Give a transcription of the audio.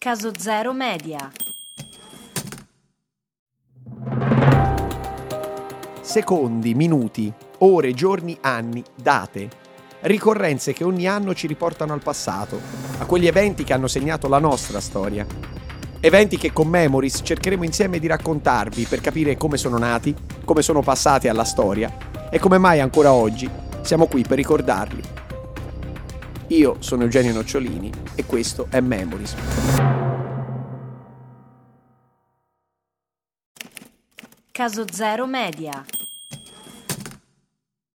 Caso Zero Media. Secondi, minuti, ore, giorni, anni, date. Ricorrenze che ogni anno ci riportano al passato, a quegli eventi che hanno segnato la nostra storia. Eventi che con Memories cercheremo insieme di raccontarvi per capire come sono nati, come sono passati alla storia e come mai ancora oggi siamo qui per ricordarli. Io sono Eugenio Nocciolini e questo è Memories. Caso Zero Media.